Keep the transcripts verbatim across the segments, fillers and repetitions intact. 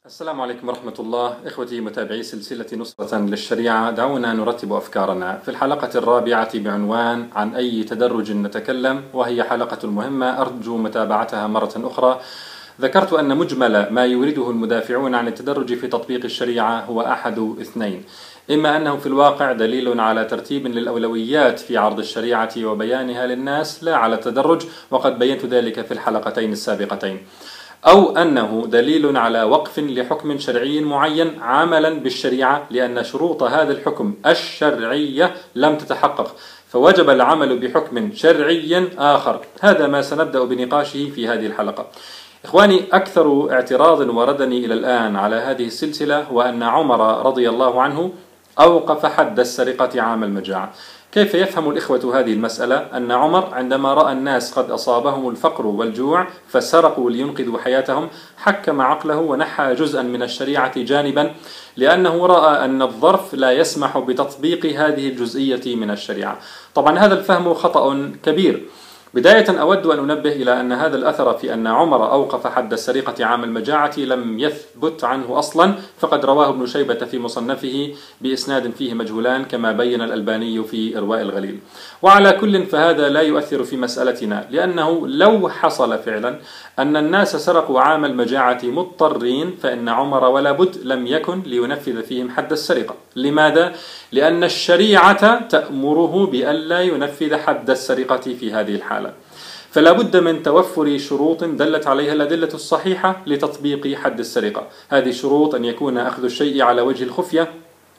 السلام عليكم ورحمة الله. إخوتي متابعي سلسلة نصرة للشريعة، دعونا نرتب أفكارنا. في الحلقة الرابعة بعنوان عن أي تدرج نتكلم، وهي حلقة مهمة أرجو متابعتها مرة أخرى. ذكرت أن مجمل ما يورده المدافعون عن التدرج في تطبيق الشريعة هو أحد اثنين: إما أنه في الواقع دليل على ترتيب للأولويات في عرض الشريعة وبيانها للناس لا على التدرج، وقد بينت ذلك في الحلقتين السابقتين، أو أنه دليل على وقف لحكم شرعي معين عملا بالشريعة لأن شروط هذا الحكم الشرعية لم تتحقق، فوجب العمل بحكم شرعي آخر. هذا ما سنبدأ بنقاشه في هذه الحلقة. إخواني، أكثر اعتراض وردني إلى الآن على هذه السلسلة هو أن عمر رضي الله عنه أوقف حد السرقة عام المجاعة. كيف يفهم الإخوة هذه المسألة؟ أن عمر عندما رأى الناس قد أصابهم الفقر والجوع فسرقوا لينقذوا حياتهم، حكم عقله ونحى جزءا من الشريعة جانبا لأنه رأى أن الظرف لا يسمح بتطبيق هذه الجزئية من الشريعة. طبعا هذا الفهم خطأ كبير. بداية أود أن أنبه إلى أن هذا الأثر في أن عمر أوقف حد السرقة عام المجاعة لم يثبت عنه أصلا، فقد رواه ابن شيبة في مصنفه بإسناد فيه مجهولان كما بين الألباني في إرواء الغليل. وعلى كل فهذا لا يؤثر في مسألتنا، لأنه لو حصل فعلا أن الناس سرقوا عام المجاعة مضطرين فإن عمر ولا بد لم يكن لينفذ فيهم حد السرقة. لماذا؟ لأن الشريعة تأمره بألا ينفذ حد السرقة في هذه الحالة، فلا بد من توفر شروط دلت عليها الأدلة الصحيحة لتطبيق حد السرقة. هذه الشروط أن يكون أخذ الشيء على وجه الخفية،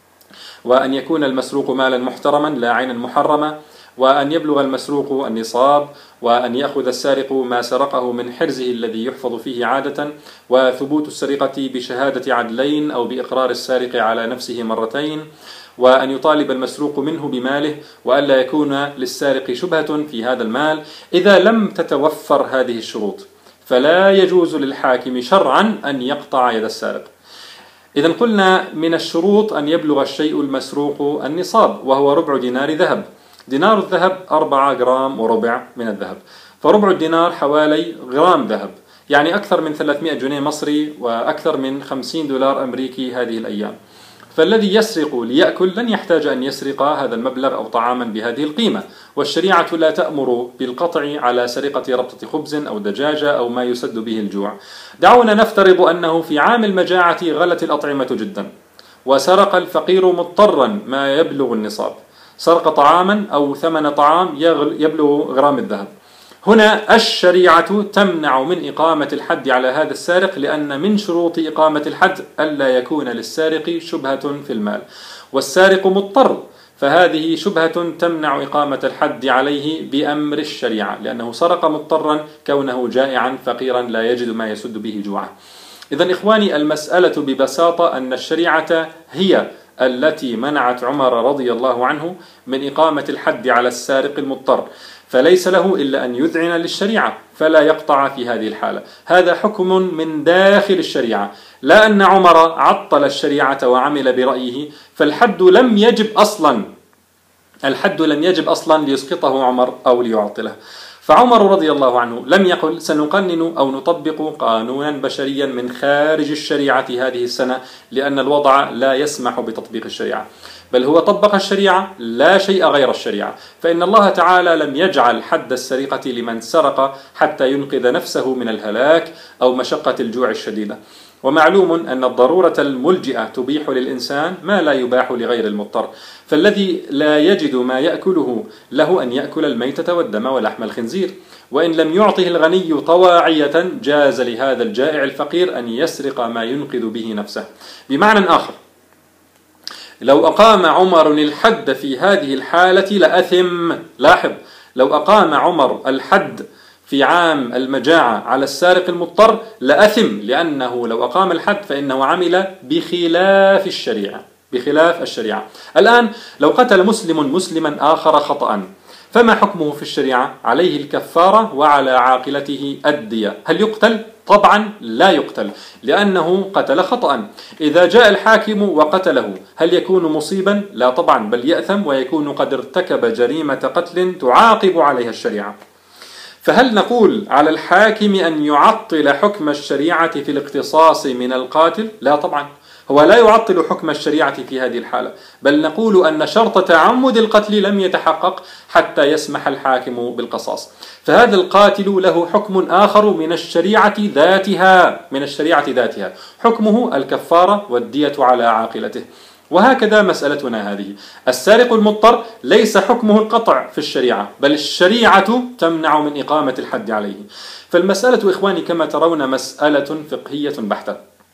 وأن يكون المسروق مالا محترما لا عينا محرمة، وأن يبلغ المسروق النصاب، وأن يأخذ السارق ما سرقه من حرزه الذي يحفظ فيه عادة، وثبوت السرقة بشهادة عدلين أو بإقرار السارق على نفسه مرتين، وأن يطالب المسروق منه بماله، وألا يكون للسارق شبهة في هذا المال. إذا لم تتوفر هذه الشروط فلا يجوز للحاكم شرعا أن يقطع يد السارق. إذن قلنا من الشروط أن يبلغ الشيء المسروق النصاب، وهو ربع دينار ذهب. دينار الذهب أربعة جرام وربع من الذهب، فربع الدينار حوالي جرام ذهب، يعني أكثر من ثلاثمائة جنيه مصري وأكثر من خمسين دولار أمريكي هذه الأيام. فالذي يسرق ليأكل لن يحتاج أن يسرق هذا المبلغ أو طعاما بهذه القيمة، والشريعة لا تأمر بالقطع على سرقة ربطة خبز أو دجاجة أو ما يسد به الجوع. دعونا نفترض أنه في عام المجاعة غلت الأطعمة جدا، وسرق الفقير مضطرا ما يبلغ النصاب، سرق طعاما أو ثمن طعام يبلغ غرام الذهب. هنا الشريعة تمنع من إقامة الحد على هذا السارق، لأن من شروط إقامة الحد ألا يكون للسارق شبهة في المال، والسارق مضطر، فهذه شبهة تمنع إقامة الحد عليه بأمر الشريعة، لأنه سرق مضطرا كونه جائعا فقيرا لا يجد ما يسد به جوعه. إذن إخواني، المسألة ببساطة أن الشريعة هي التي منعت عمر رضي الله عنه من إقامة الحد على السارق المضطر، فليس له إلا أن يذعن للشريعة فلا يقطع في هذه الحالة. هذا حكم من داخل الشريعة، لا أن عمر عطل الشريعة وعمل برأيه، فالحد لم يجب أصلا الحد لم يجب أصلا ليسقطه عمر أو ليعطله. فعمر رضي الله عنه لم يقل سنقنن أو نطبق قانونا بشريا من خارج الشريعة هذه السنة لأن الوضع لا يسمح بتطبيق الشريعة، بل هو طبق الشريعة لا شيء غير الشريعة. فإن الله تعالى لم يجعل حد السرقة لمن سرق حتى ينقذ نفسه من الهلاك أو مشقة الجوع الشديدة، ومعلوم أن الضرورة الملجئة تبيح للإنسان ما لا يباح لغير المضطر، فالذي لا يجد ما يأكله له أن يأكل الميتة والدم ولحم الخنزير، وإن لم يعطه الغني طواعية جاز لهذا الجائع الفقير أن يسرق ما ينقذ به نفسه. بمعنى آخر، لو أقام عمر الحد في هذه الحالة لأثم. لاحظ، لو أقام عمر الحد في عام المجاعة على السارق المضطر لأثم، لأنه لو أقام الحد فإنه عمل بخلاف الشريعة بخلاف الشريعة. الآن لو قتل مسلم مسلما آخر خطأ، فما حكمه في الشريعة؟ عليه الكفارة وعلى عاقلته الدية. هل يقتل؟ طبعا لا يقتل، لأنه قتل خطأ. إذا جاء الحاكم وقتله هل يكون مصيبا؟ لا طبعا، بل يأثم ويكون قد ارتكب جريمة قتل تعاقب عليها الشريعة. فهل نقول على الحاكم أن يعطل حكم الشريعة في الاقتصاص من القاتل؟ لا طبعا، هو لا يعطل حكم الشريعة في هذه الحالة، بل نقول أن شرط تعمد القتل لم يتحقق حتى يسمح الحاكم بالقصاص. فهذا القاتل له حكم آخر من الشريعة ذاتها، من الشريعة ذاتها حكمه الكفارة والدية على عاقلته. وهكذا مسألتنا هذه، السارق المضطر ليس حكمه القطع في الشريعة، بل الشريعة تمنع من إقامة الحد عليه. فالمسألة إخواني كما ترون مسألة فقهية بحتة،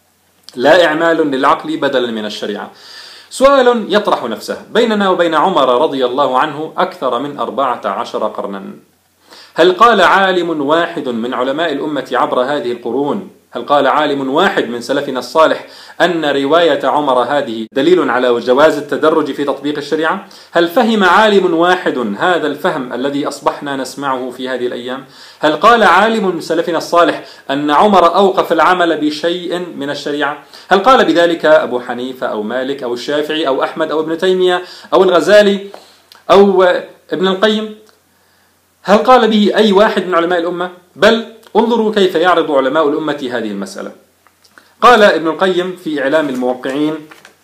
لا إعمال للعقل بدلا من الشريعة. سؤال يطرح نفسه، بيننا وبين عمر رضي الله عنه أكثر من أربعة عشر قرنا، هل قال عالم واحد من علماء الأمة عبر هذه القرون، هل قال عالم واحد من سلفنا الصالح أن رواية عمر هذه دليل على جواز التدرج في تطبيق الشريعة؟ هل فهم عالم واحد هذا الفهم الذي أصبحنا نسمعه في هذه الأيام؟ هل قال عالم من سلفنا الصالح أن عمر أوقف العمل بشيء من الشريعة؟ هل قال بذلك أبو حنيفة أو مالك أو الشافعي أو أحمد أو ابن تيمية أو الغزالي أو ابن القيم؟ هل قال به أي واحد من علماء الأمة؟ بل انظروا كيف يعرض علماء الأمة هذه المسألة. قال ابن القيم في إعلام الموقعين: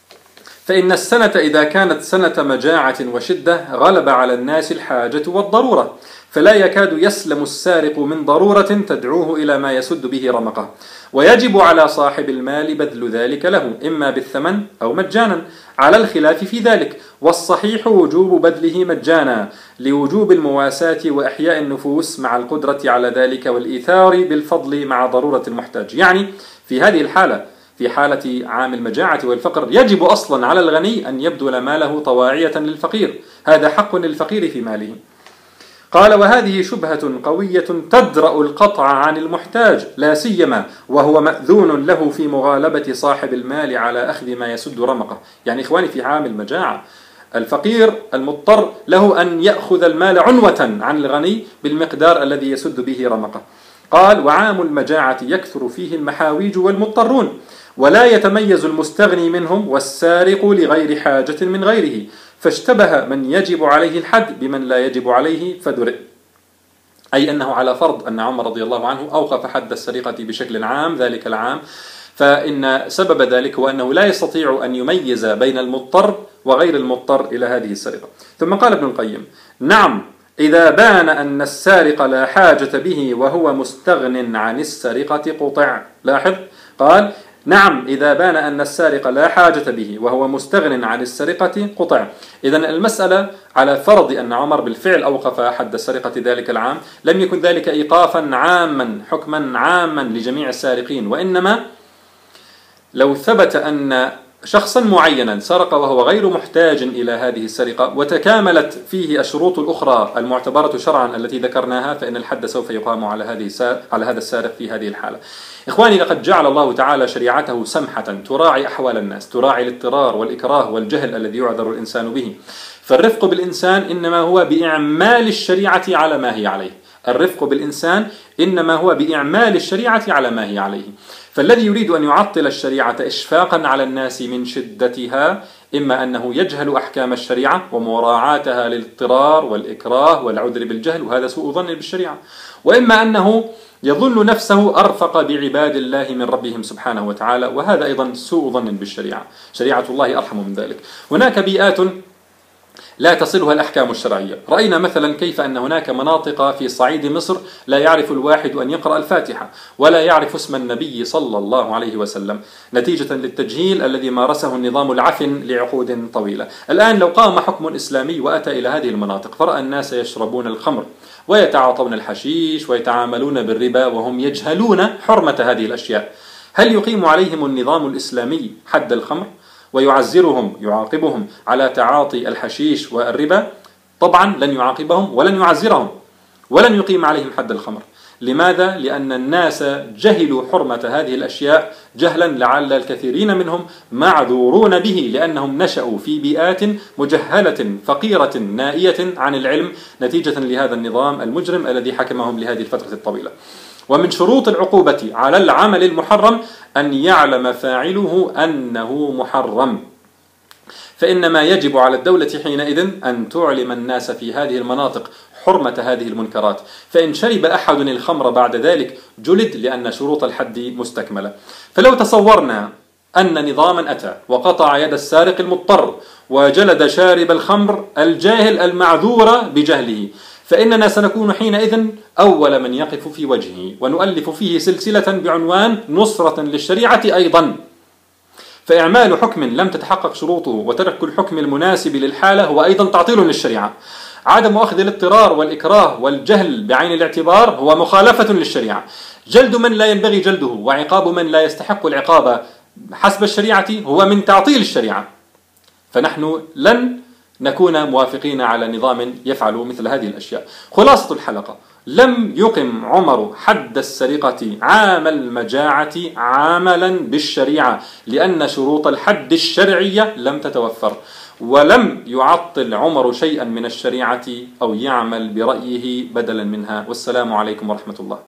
فإن السنة إذا كانت سنة مجاعة وشدة غلب على الناس الحاجة والضرورة، فلا يكاد يسلم السارق من ضرورة تدعوه إلى ما يسد به رمقه، ويجب على صاحب المال بذل ذلك له إما بالثمن أو مجانا، على الخلاف في ذلك، والصحيح وجوب بذله مجانا لوجوب المواساة وإحياء النفوس مع القدرة على ذلك والإيثار بالفضل مع ضرورة المحتاج. يعني في هذه الحالة، في حالة عام المجاعة والفقر، يجب أصلا على الغني أن يبذل ماله طواعية للفقير، هذا حق للفقير في ماله. قال: وهذه شبهة قوية تدرأ القطع عن المحتاج، لا سيما وهو مأذون له في مغالبة صاحب المال على أخذ ما يسد رمقه. يعني إخواني في عام المجاعة الفقير المضطر له أن يأخذ المال عنوة عن الغني بالمقدار الذي يسد به رمقه. قال: وعام المجاعة يكثر فيه المحاويج والمضطرون، ولا يتميز المستغني منهم والسارق لغير حاجة من غيره، فاشتبه من يجب عليه الحد بمن لا يجب عليه فدرئ. أي أنه على فرض أن عمر رضي الله عنه أوقف حد السرقة بشكل عام ذلك العام، فإن سبب ذلك هو أنه لا يستطيع أن يميز بين المضطر وغير المضطر إلى هذه السرقة. ثم قال ابن القيم: نعم، إذا بان أن السارق لا حاجة به وهو مستغن عن السرقة قطع. لاحظ، قال: نعم، إذا بان أن السارق لا حاجة به وهو مستغن عن السرقة قطع. إذن المسألة على فرض أن عمر بالفعل أوقف حد السرقة ذلك العام، لم يكن ذلك إيقافا عاما حكما عاما لجميع السارقين، وإنما لو ثبت أن شخصا معينا سرق وهو غير محتاج إلى هذه السرقة وتكاملت فيه الشروط الأخرى المعتبرة شرعا التي ذكرناها، فإن الحد سوف يقام على هذه على هذا السارق في هذه الحالة. إخواني، لقد جعل الله تعالى شريعته سمحة تراعي أحوال الناس، تراعي الاضطرار والإكراه والجهل الذي يعذر الإنسان به. فالرفق بالإنسان إنما هو بإعمال الشريعة على ما هي عليه، الرفق بالإنسان إنما هو بإعمال الشريعة على ما هي عليه. فالذي يريد أن يعطل الشريعة إشفاقا على الناس من شدتها، إما أنه يجهل أحكام الشريعة ومراعاتها للاضطرار والإكراه والعذر بالجهل، وهذا سوء ظن بالشريعة، وإما أنه يظن نفسه أرفق بعباد الله من ربهم سبحانه وتعالى، وهذا أيضا سوء ظن بالشريعة. شريعة الله أرحم من ذلك. هناك بيئات لا تصلها الأحكام الشرعية. رأينا مثلا كيف أن هناك مناطق في صعيد مصر لا يعرف الواحد أن يقرأ الفاتحة ولا يعرف اسم النبي صلى الله عليه وسلم، نتيجة للتجهيل الذي مارسه النظام العفن لعقود طويلة. الآن لو قام حكم إسلامي وأتى إلى هذه المناطق فرأى الناس يشربون الخمر ويتعاطون الحشيش ويتعاملون بالربا وهم يجهلون حرمة هذه الأشياء، هل يقيم عليهم النظام الإسلامي حد الخمر ويعزرهم يعاقبهم على تعاطي الحشيش والربا؟ طبعا لن يعاقبهم ولن يعزرهم ولن يقيم عليهم حد الخمر. لماذا؟ لأن الناس جهلوا حرمة هذه الأشياء جهلا لعل الكثيرين منهم معذورون به، لأنهم نشأوا في بيئات مجهلة فقيرة نائية عن العلم نتيجة لهذا النظام المجرم الذي حكمهم لهذه الفترة الطويلة. ومن شروط العقوبة على العمل المحرم أن يعلم فاعله أنه محرم، فإنما يجب على الدولة حينئذ أن تعلم الناس في هذه المناطق حرمة هذه المنكرات، فإن شرب أحد الخمر بعد ذلك جلد لأن شروط الحد مستكملة. فلو تصورنا أن نظاما أتى وقطع يد السارق المضطر وجلد شارب الخمر الجاهل المعذور بجهله، فإننا سنكون حينئذ أول من يقف في وجهه ونؤلف فيه سلسلة بعنوان نصرة للشريعة أيضا. فإعمال حكم لم تتحقق شروطه وترك الحكم المناسب للحالة هو أيضا تعطيل للشريعة. عدم أخذ الاضطرار والإكراه والجهل بعين الاعتبار هو مخالفة للشريعة. جلد من لا ينبغي جلده وعقاب من لا يستحق العقاب حسب الشريعة هو من تعطيل الشريعة. فنحن لن نكون موافقين على نظام يفعل مثل هذه الأشياء. خلاصة الحلقة: لم يقم عمر حد السرقة عام المجاعة عاملا بالشريعة، لأن شروط الحد الشرعية لم تتوفر، ولم يعطل عمر شيئا من الشريعة أو يعمل برأيه بدلا منها. والسلام عليكم ورحمة الله.